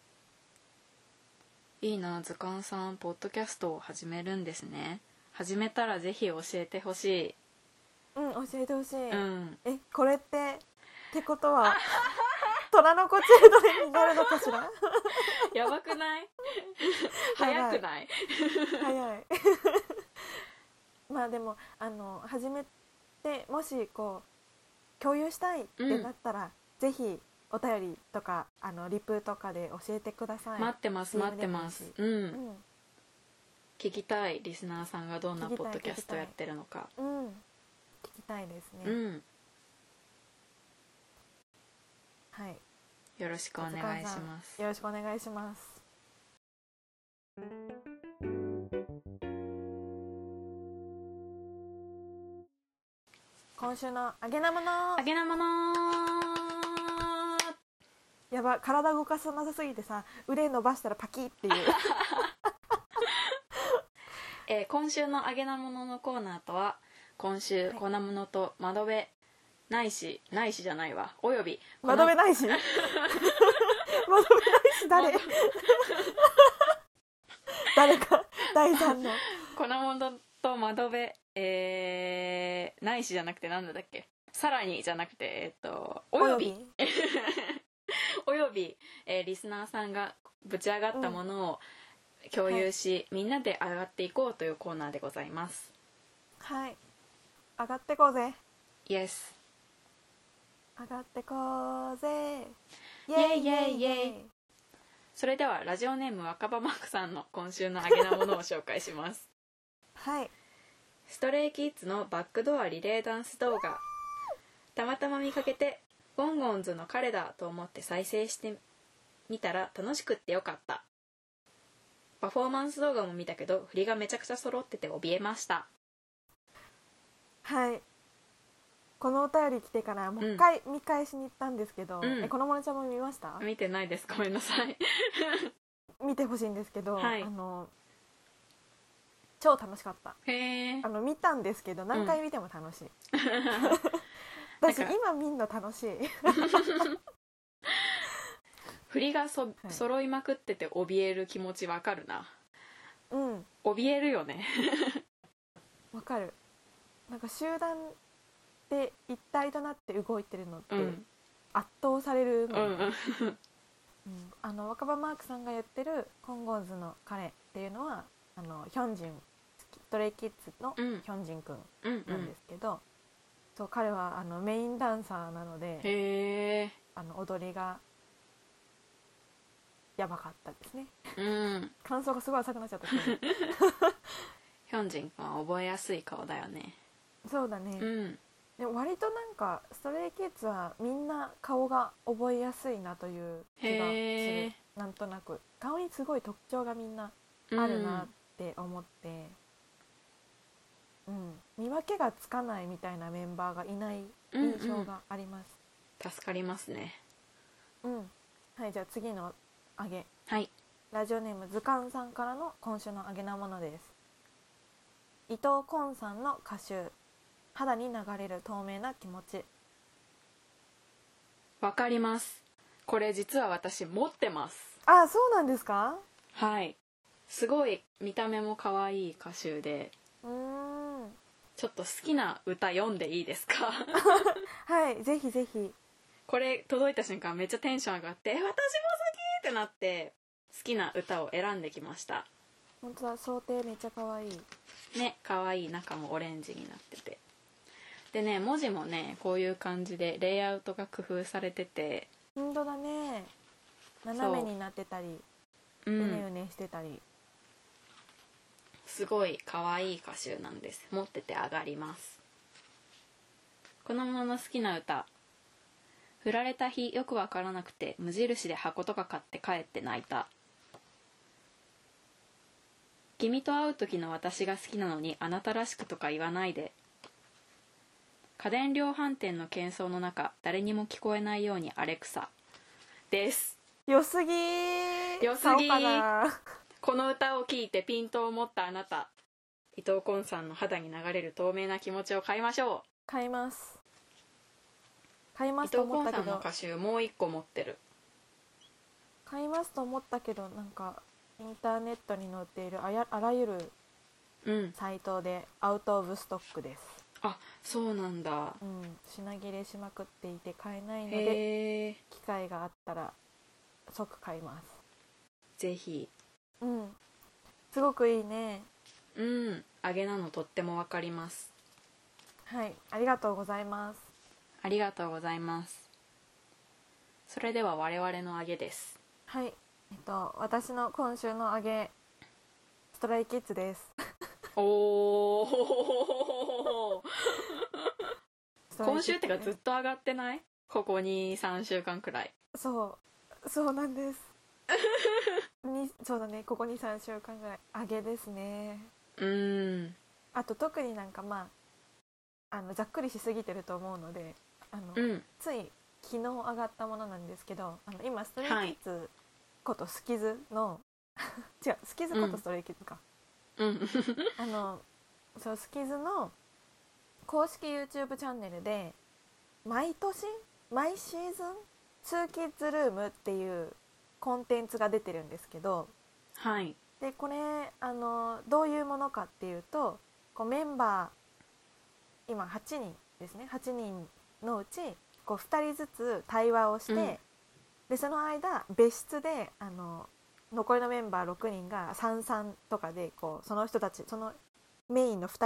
Speaker 1: いいな、図鑑さんポッドキャストを始めるんですね。始めたらぜひ教えてほしい。
Speaker 2: うん、教えてほしい、
Speaker 1: うん、
Speaker 2: えこれってってことは虎の子チルドレンになるのかしら
Speaker 1: やばくない早くない
Speaker 2: 早いまあでもあの始めてもしこう共有したいってなったら、うん、ぜひお便りとかあのリプとかで教えてください。
Speaker 1: 待ってます待ってます、うん、うん、聞きたい、リスナーさんがどんなポッドキャストやってるのか。
Speaker 2: うん、聞きたいですね、
Speaker 1: うん、
Speaker 2: はい、
Speaker 1: よろしくお願いします。
Speaker 2: よろしくお願いします。今週のあげなもの
Speaker 1: あげなもの
Speaker 2: やば、体動かさなさすぎてさ腕伸ばしたらパキッっていう
Speaker 1: えー、今週のあげなもののコーナーとは、今週粉ものと窓辺ないしないしじゃないわおよび
Speaker 2: 窓辺ないし窓辺ないし誰誰か第三の
Speaker 1: 粉ものと窓辺、えー、ないしじゃなくてなんだっけ、さらにじゃなくてえっとおよびおよび、えー、リスナーさんがぶち上がったものを共有し、うん、はい、みんなで上がっていこうというコーナーでございます。
Speaker 2: はい、 上がってこうぜ。
Speaker 1: イエス。
Speaker 2: 上がってこうぜ。
Speaker 1: イエイイエイイエイ。それではラジオネーム若葉マークさんの今週のあげなものを紹介します。
Speaker 2: はい。
Speaker 1: ストレイキッズのバックドアリレーダンス動画、たまたま見かけてゴンゴンズの彼だと思って再生してみたら楽しくってよかった。パフォーマンス動画も見たけど振りがめちゃくちゃ揃ってて怯えました。
Speaker 2: はい。このお便り来てからもう一回見返しに行ったんですけど、うん、えこのものちゃんも見ました？
Speaker 1: 見てないです、ごめんなさい。
Speaker 2: 見てほしいんですけど、
Speaker 1: はい、
Speaker 2: あの超楽しかった。
Speaker 1: へー。
Speaker 2: あの見たんですけど何回見ても楽しい、うん、私今見んの楽しい。
Speaker 1: 振りがそ、はい、揃いまくってて怯える気持ちわかるな。
Speaker 2: うん、
Speaker 1: 怯えるよね。
Speaker 2: わかる。なんか集団で一体となって動いてるのって圧倒されるの、ね、うんうん、あの若葉マークさんが言ってるコンゴーズの彼っていうのはあのヒョンジン、ストレイキッズのヒョンジンくんなんですけど、うんうん、そう彼はあのメインダンサーなので、
Speaker 1: へー、
Speaker 2: あの踊りがやばかったですね、
Speaker 1: うん、
Speaker 2: 感想がすごい浅くなっちゃったけど。
Speaker 1: ヒョンジンくんは覚えやすい顔だよね。
Speaker 2: そうだね、
Speaker 1: うん、
Speaker 2: で割となんかストレイキッズはみんな顔が覚えやすいなという気がする。なんとなく顔にすごい特徴がみんなあるなって思って、うんうん、見分けがつかないみたいなメンバーがいない印象があります、
Speaker 1: うんうん、助かりますね。
Speaker 2: うん、はい、じゃあ次のあげ、
Speaker 1: はい、
Speaker 2: ラジオネーム図鑑さんからの今週のあげなものです。伊藤紺さんの歌集、肌に流れる透明な気持ち。
Speaker 1: わかります。これ実は私持ってます。
Speaker 2: あ、そうなんですか？
Speaker 1: はい、すごい見た目も可愛い歌集で、
Speaker 2: うーん、
Speaker 1: ちょっと好きな歌読んでいいですか？
Speaker 2: はい、ぜひぜひ。
Speaker 1: これ届いた瞬間めっちゃテンション上がって私も好きってなって好きな歌を選んできました。
Speaker 2: 本当だ、想定めっちゃ可愛い
Speaker 1: ね、可愛い。中もオレンジになってて、でね、文字もねこういう感じでレイアウトが工夫されてて、
Speaker 2: 本当だね、斜めになってたりうねうねしてたり、
Speaker 1: すごい可愛い歌集なんです。持ってて上がります。このものの好きな歌、振られた日よくわからなくて無印で箱とか買って帰って泣いた。君と会う時の私が好きなのにあなたらしくとか言わないで。家電量販店の喧騒の中誰にも聞こえないようにアレクサです。
Speaker 2: よすぎー、
Speaker 1: よすぎー。この歌を聴いてピントを持ったあなた、伊藤紺さんの肌に流れる透明な気持ちを買いましょう。
Speaker 2: 買います買いますと思ったけど、伊藤
Speaker 1: 紺さんの歌集もう一個持ってる。
Speaker 2: 買いますと思ったけど、なんかインターネットに載っているあやあらゆるサイトでアウトオブストックです。
Speaker 1: あ、そうなんだ、
Speaker 2: うん、品切れしまくっていて買えないので、機会があったら即買います。
Speaker 1: ぜひ。
Speaker 2: うん、すごくいいね。
Speaker 1: うん、あげなのとってもわかります。
Speaker 2: はい、ありがとうございます。
Speaker 1: ありがとうございます。それでは我々のあげです。
Speaker 2: はい、えっと私の今週のあげ、ストライキッズです。
Speaker 1: おお。今週ってかずっと上がってない？ここに、さんしゅうかんくらい。
Speaker 2: そうそうなんです。にそうだね、ここに、さんしゅうかんぐらい上げですね。
Speaker 1: うーん。
Speaker 2: あと特になんかまああのざっくりしすぎてると思うので、あの、
Speaker 1: うん、
Speaker 2: つい昨日上がったものなんですけど、あの今ストレイキッズことスキズの、はい、違うスキズことストレイキッズか、
Speaker 1: うん、
Speaker 2: あのそうスキズの公式 YouTube チャンネルで毎年毎シーズンツーキッズルームっていうコンテンツが出てるんですけど、
Speaker 1: はい、
Speaker 2: でこれあのどういうものかっていうと、こうメンバー今はちにんですね、はちにんのうちこうふたりずつ対話をして、うん、でその間別室であの残りのメンバーろくにんがさんさんとかでこうその人たちそのメインのふたり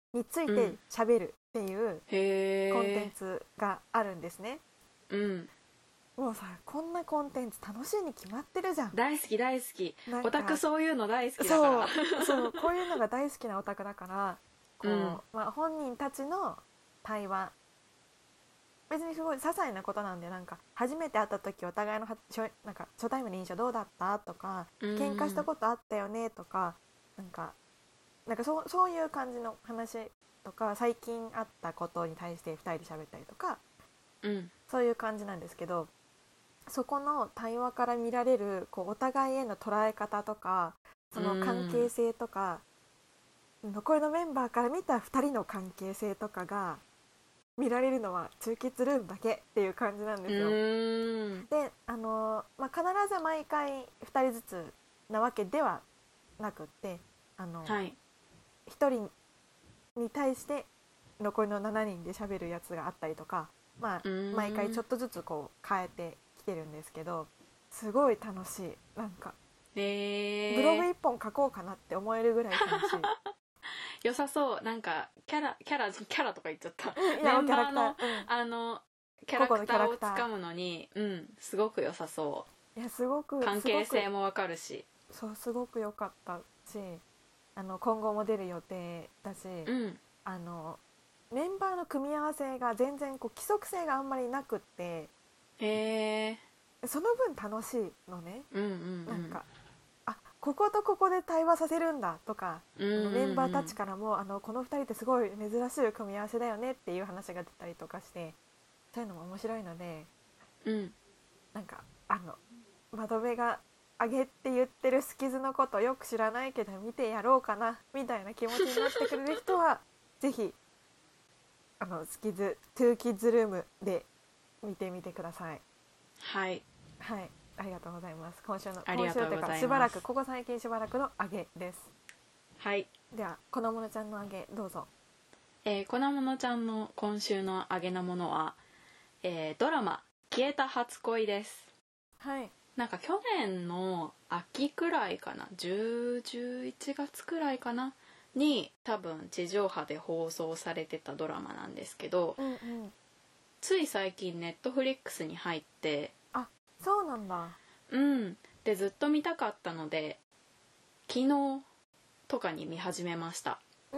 Speaker 2: について喋るっていうコンテンツがあるんですね。
Speaker 1: うん、
Speaker 2: もうさ、こんなコンテンツ楽しいに決まってるじゃん。
Speaker 1: 大好き大好き。オタクそういうの大好きだから。
Speaker 2: そうそうこういうのが大好きなオタクだからこう、うんまあ、本人たちの対話、別にすごい些細なことなんで、なんか初めて会った時お互いのはなんか初対面の印象どうだったとか、喧嘩したことあったよねとか、なんかなんかそう、そういう感じの話とか、最近あったことに対してふたりで喋ったりとか、
Speaker 1: うん、そう
Speaker 2: いう感じなんですけど、そこの対話から見られるこうお互いへの捉え方とか、その関係性とか、残りのメンバーから見たふたりの関係性とかが見られるのは中結ルームだけっていう感じなんですよ。で、あの、まあ、必ず毎回ふたりずつなわけではなくって、あの、はい、ひとりに対して残りのしちにんで喋るやつがあったりとか、まあ、毎回ちょっとずつこう変えてきてるんですけど、すごい楽しい。なんか、
Speaker 1: えー、
Speaker 2: ブログ一本書こうかなって思えるぐらい楽しい。
Speaker 1: 良さそう。なんかキャラキャラキャラとか言っちゃった。
Speaker 2: メンバーの、うん、
Speaker 1: あのキャラクターをつかむのに、うん、すごく良さそう。
Speaker 2: いや、すごく
Speaker 1: 関係性もわかるし、
Speaker 2: そう、すごく良かったし、あの今後も出る予定だし、
Speaker 1: うん、
Speaker 2: あのメンバーの組み合わせが全然こう規則性があんまりなくって、
Speaker 1: へ
Speaker 2: ーその分楽しいのね。
Speaker 1: うんうんうん、
Speaker 2: なんか、あ、こことここで対話させるんだとか、
Speaker 1: うんうんうん、
Speaker 2: あのメンバーたちからもあのこのふたりってすごい珍しい組み合わせだよねっていう話が出たりとかして、そういうのも面白いので、
Speaker 1: うん、
Speaker 2: なんかあのまどめがあげって言ってるスキズのことよく知らないけど見てやろうかなみたいな気持ちになってくれる人はぜひあのスキズトゥーキッズルームで見てみてください。
Speaker 1: はい
Speaker 2: はい、ありがとうございます。今週の今週というかしばらくここ最近しばらくのあげです。
Speaker 1: はい、
Speaker 2: では粉ものちゃんのあげどうぞ。
Speaker 1: えー、粉ものちゃんの今週のあげなものは、えー、ドラマ消えた初恋です。
Speaker 2: はい、
Speaker 1: なんか去年の秋くらいかな、じゅう、じゅういちがつくらいかなに多分地上波で放送されてたドラマなんですけど、
Speaker 2: うんうん、
Speaker 1: つい最近ネットフリックスに入って、
Speaker 2: あ、そうなんだ。
Speaker 1: うんでずっと見たかったので昨日とかに見始めました。
Speaker 2: うん、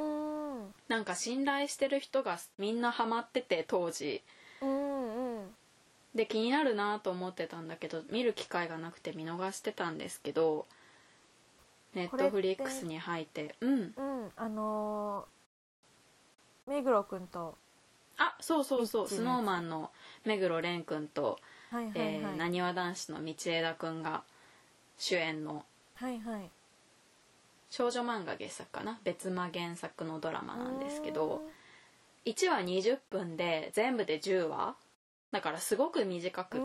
Speaker 1: なんか信頼してる人がみんなハマってて当時、
Speaker 2: うんうん、
Speaker 1: で気になるなと思ってたんだけど見る機会がなくて見逃してたんですけど、ネットフリックスに入ってうん、うん、
Speaker 2: あのー、目黒くんと、
Speaker 1: あ、そうそうそう、スノーマンの目黒蓮くんとなにわ男子の道枝くんが主演の、
Speaker 2: はいはい、
Speaker 1: 少女漫画原作かな、別間原作のドラマなんですけど、いちわにじゅっぷんで全部でじゅうわだからすごく短くって、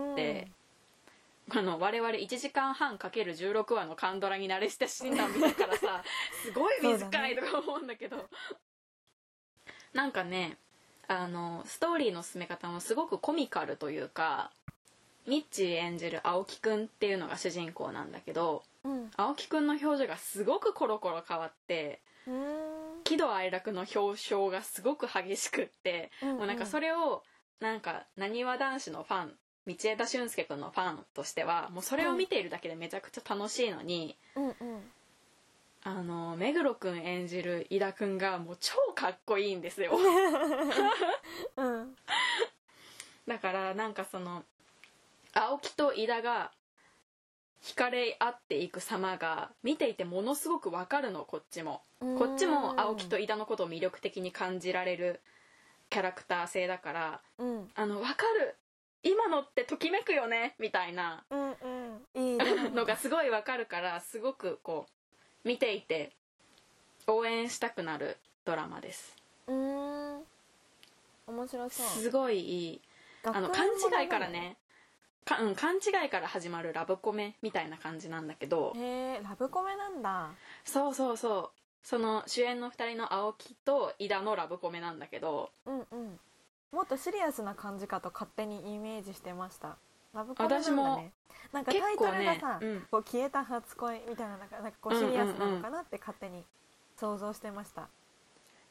Speaker 1: あの我々いちじかんはんかけるじゅうろくわのカンドラに慣れ親しんだんだからさすごい短いとか思うんだけど、なんかね、あのストーリーの進め方もすごくコミカルというか、ミッチー演じる青木くんっていうのが主人公なんだけど、うん、青木くんの表情がすごくコロコロ変わって、喜怒哀楽の表彰がすごく激しくって、うんうん、もうなんかそれをなんかなにわ男子のファン、道枝駿佑くんのファンとしてはもうそれを見ているだけでめちゃくちゃ楽しいのに、
Speaker 2: うんうん、
Speaker 1: あの目黒くん演じる井田くんがもう超かっこいいんですよ、
Speaker 2: うん、
Speaker 1: だからなんかその青木と井田が惹かれ合っていく様が見ていてものすごくわかるの。こっちもこっちも青木と井田のことを魅力的に感じられるキャラクター性だから、
Speaker 2: うん、
Speaker 1: あのわかる、今のってときめくよねみたいなのがすごいわかるから、すごくこう見ていて応援したくなるドラマです。
Speaker 2: うーん、面白そう。
Speaker 1: すごいいい。あの勘違いからね、か、うん、勘違いから始まるラブコメみたいな感じなんだけど。
Speaker 2: へえ、ラブコメなんだ。
Speaker 1: そうそうそう、その主演のふたりの青木と井田のラブコメなんだけど、
Speaker 2: うんうん、もっとシリアスな感じかと勝手にイメージしてました。ラブコメなんだね。私もなんかタイトルがさ、ね、うん、こう消えた初恋みたいな、なんか、なんかこうシリアスなのかなって勝手に想像してました。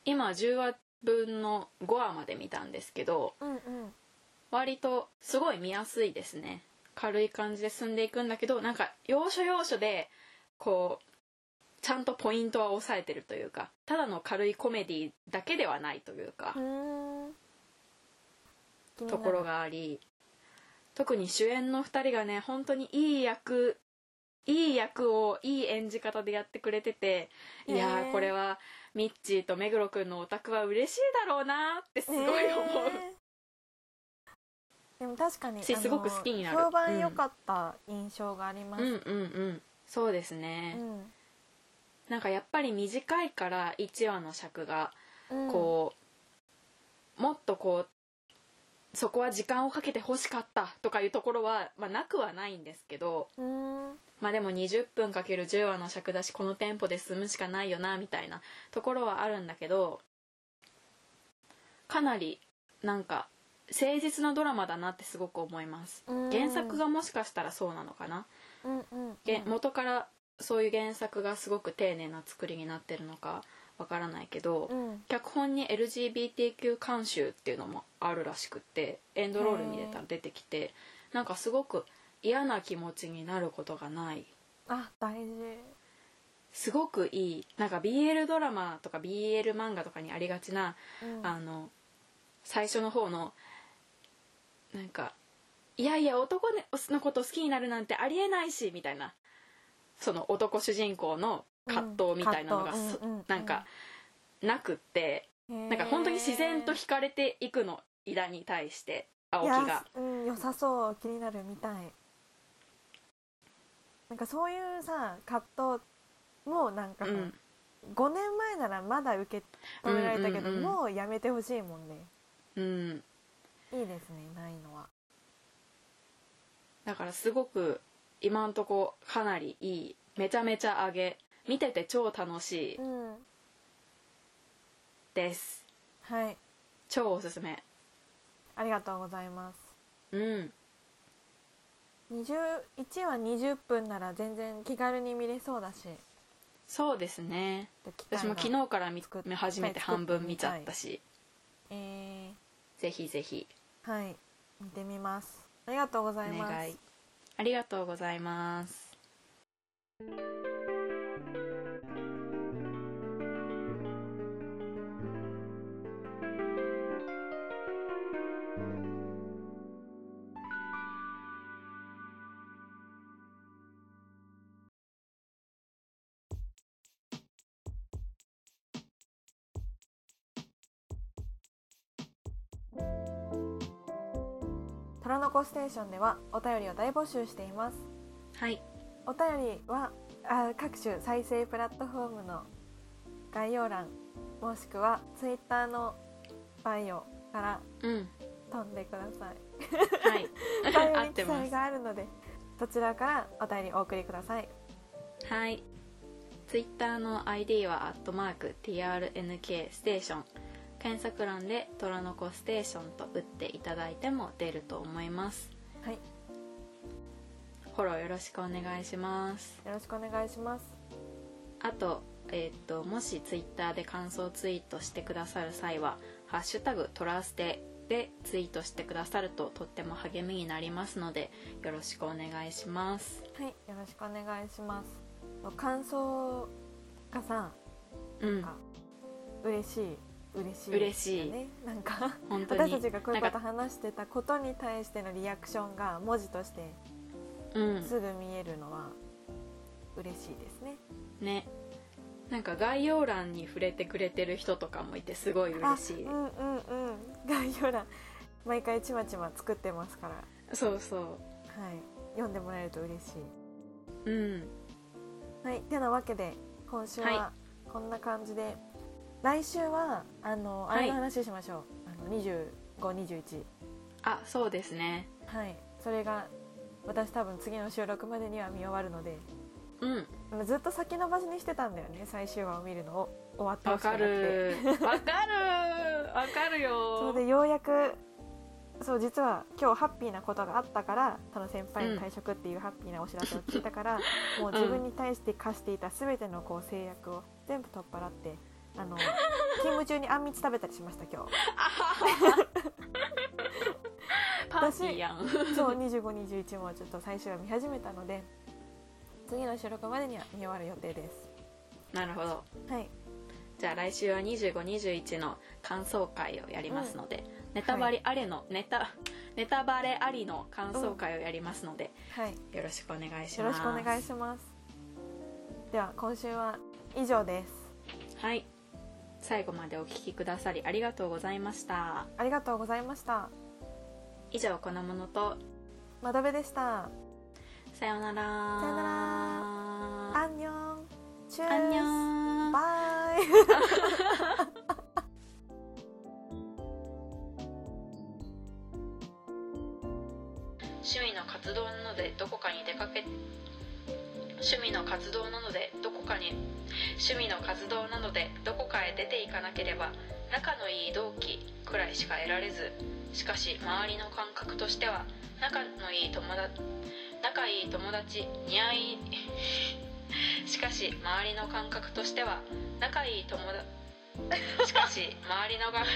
Speaker 1: 今じゅうわぶんのごわまで見たんですけど、
Speaker 2: うんうん、
Speaker 1: 割とすごい見やすいですね。軽い感じで進んでいくんだけど、なんか要所要所でこうちゃんとポイントは押さえてるというか、ただの軽いコメディだけではないというか、ところがあり、特に主演のふたりがね本当にいい役いい役をいい演じ方でやってくれてて、いやーこれはミッチーと目黒くんのオタクは嬉しいだろうなってすごい思う。
Speaker 2: でも確かに
Speaker 1: すごく好きになる。
Speaker 2: 評判良かった印象があります。
Speaker 1: うんうんうん、そうですね、うん、なんかやっぱり短いからいちわの尺がこう、うん、もっとこうそこは時間をかけて欲しかったとかいうところは、まあ、なくはないんですけど、うん、まあでもにじゅっぷんかけるじゅうわの尺だしこのテンポで進むしかないよなみたいなところはあるんだけど、かなりなんか誠実なドラマだなってすごく思います。原作がもしかしたらそうなのかな、うんうんうん、元からそういう原作がすごく丁寧な作りになってるのかわからないけど、うん、脚本に エルジービーティーキュー 監修っていうのもあるらしくって、エンドロールに出たら出てきて、なんかすごく嫌な気持ちになることがない。
Speaker 2: あ、大事。
Speaker 1: すごくいい。なんか ビーエル ドラマとか ビーエル 漫画とかにありがちな、うん、あの最初の方のなんかいやいや男のこと好きになるなんてありえないしみたいな、その男主人公の葛藤みたいなのが、うん、なんかなくって、なんか本当に自然と惹かれていくの、井田に対して青木が。
Speaker 2: うん、良さそう、気になるみたい。なんかそういうさ葛藤もなんか、うん、ごねんまえならまだ受け止められたけど、うんうんうん、もうやめてほしいもんね。うん、いいですね、ないのは。
Speaker 1: だからすごく今んとこかなりいい、めちゃめちゃ上げ、見てて超楽しい、うん、です。
Speaker 2: はい、
Speaker 1: 超おすすめ。
Speaker 2: ありがとうございます。
Speaker 1: うん、
Speaker 2: にじゅういちわにじゅっぷんなら全然気軽に見れそうだし。
Speaker 1: そうですね、私も昨日から見始めて半分見ちゃったし、えー、ぜひぜひ、
Speaker 2: はい、見てみます。ありがとうございます。お願い。
Speaker 1: ありがとうございます。
Speaker 2: 虎の子ステーションではお便りを大募集しています。
Speaker 1: はい。
Speaker 2: お便りはあ各種再生プラットフォームの概要欄もしくはツイッターのバイオから飛んでください。はい。バイオに記載があるのでそちらからお便りお送りください。
Speaker 1: はい。ツイッターの アイディー はアットマーク ティーアールエヌケー ステーション、検索欄で虎の子ステーションと打っていただいても出ると思います。
Speaker 2: はい。
Speaker 1: フォローよろしくお願いします。
Speaker 2: よろしくお願いします。
Speaker 1: あと、えー、っともしツイッターで感想ツイートしてくださる際はハッシュタグトラステでツイートしてくださるととっても励みになりますのでよろしくお願いします。
Speaker 2: はい、よろしくお願いします。感想がさ、なんか嬉しい。嬉しい、ね、
Speaker 1: 嬉しい。
Speaker 2: なんか私たちがこういうこと話してたことに対してのリアクションが文字としてすぐ見えるのは嬉しいですね。
Speaker 1: ね、なんか概要欄に触れてくれてる人とかもいてすごい嬉しい。うんうんうん、
Speaker 2: 概要欄毎回ちまちま作ってますから。
Speaker 1: そうそう、はい、
Speaker 2: 読んでもらえると嬉しい。
Speaker 1: うん、
Speaker 2: はい、てなわけで今週はこんな感じで、はい、来週はあのあれの話しましょう、はい、あのにじゅうご、にじゅういち。
Speaker 1: あ、そうですね。
Speaker 2: はい、それが私多分次の収録までには見終わるので、うん、ずっと先延ばしにしてたんだよね、最終話を見るのを。終わってほしくなくて。
Speaker 1: わかるわかるわかるよ。
Speaker 2: そうでようやく、そう実は今日ハッピーなことがあったから、その先輩の退職っていうハッピーなお知らせを聞いたから、うん、もう自分に対して課していた全てのこう制約を全部取っ払ってあの勤務中にあんみつ食べたりしました今日。
Speaker 1: パーティーやん。
Speaker 2: そうにじゅうご、にじゅういちもちょっと最終話見始めたので、次の収録までには見終わる予定です。
Speaker 1: なるほど。
Speaker 2: はい。
Speaker 1: じゃあ来週はにじゅうご、にじゅういちの感想会をやりますので、うん、ネタバレありの、はい、ネタネタバレありの感想会をやりますので、うん、はい、よろしくお願いします。
Speaker 2: よろしくお願いします。では今週は以上です。
Speaker 1: はい。最後までお聞きくださりありがとうございました。
Speaker 2: ありがとうございました。
Speaker 1: 以上粉ものと
Speaker 2: 窓辺でした。
Speaker 1: さようなら。
Speaker 2: さようなら。アンニョン。チュース。
Speaker 1: アンニョン。
Speaker 2: バイ。
Speaker 1: 趣味の活動なのでどこかに出かけ趣味の活動なのでどこかに趣味の活動なのでどこかへ出ていかなければ仲のいい同期くらいしか得られず、しかし周りの感覚としては仲のいい友達仲いい友達似合いしかし周りの感覚としては仲いい友達しかし周りのが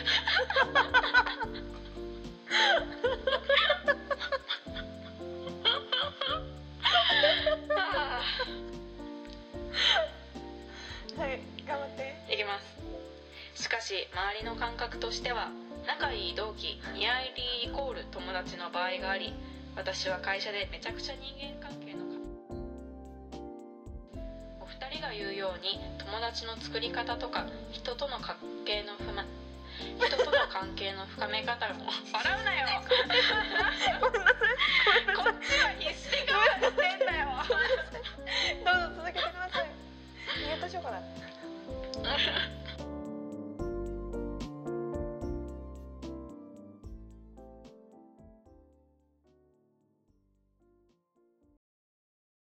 Speaker 2: はい、頑張って。
Speaker 1: いきます。しかし周りの感覚としては仲いい同期似合いイコール友達の場合があり、私は会社でめちゃくちゃ人間関係のお二人が言うように友達の作り方とか人との関係の不満人との関係の深め方も笑うなよこっちは必死で我慢してんだよ
Speaker 2: どうぞ続けてください。ミュートしようかな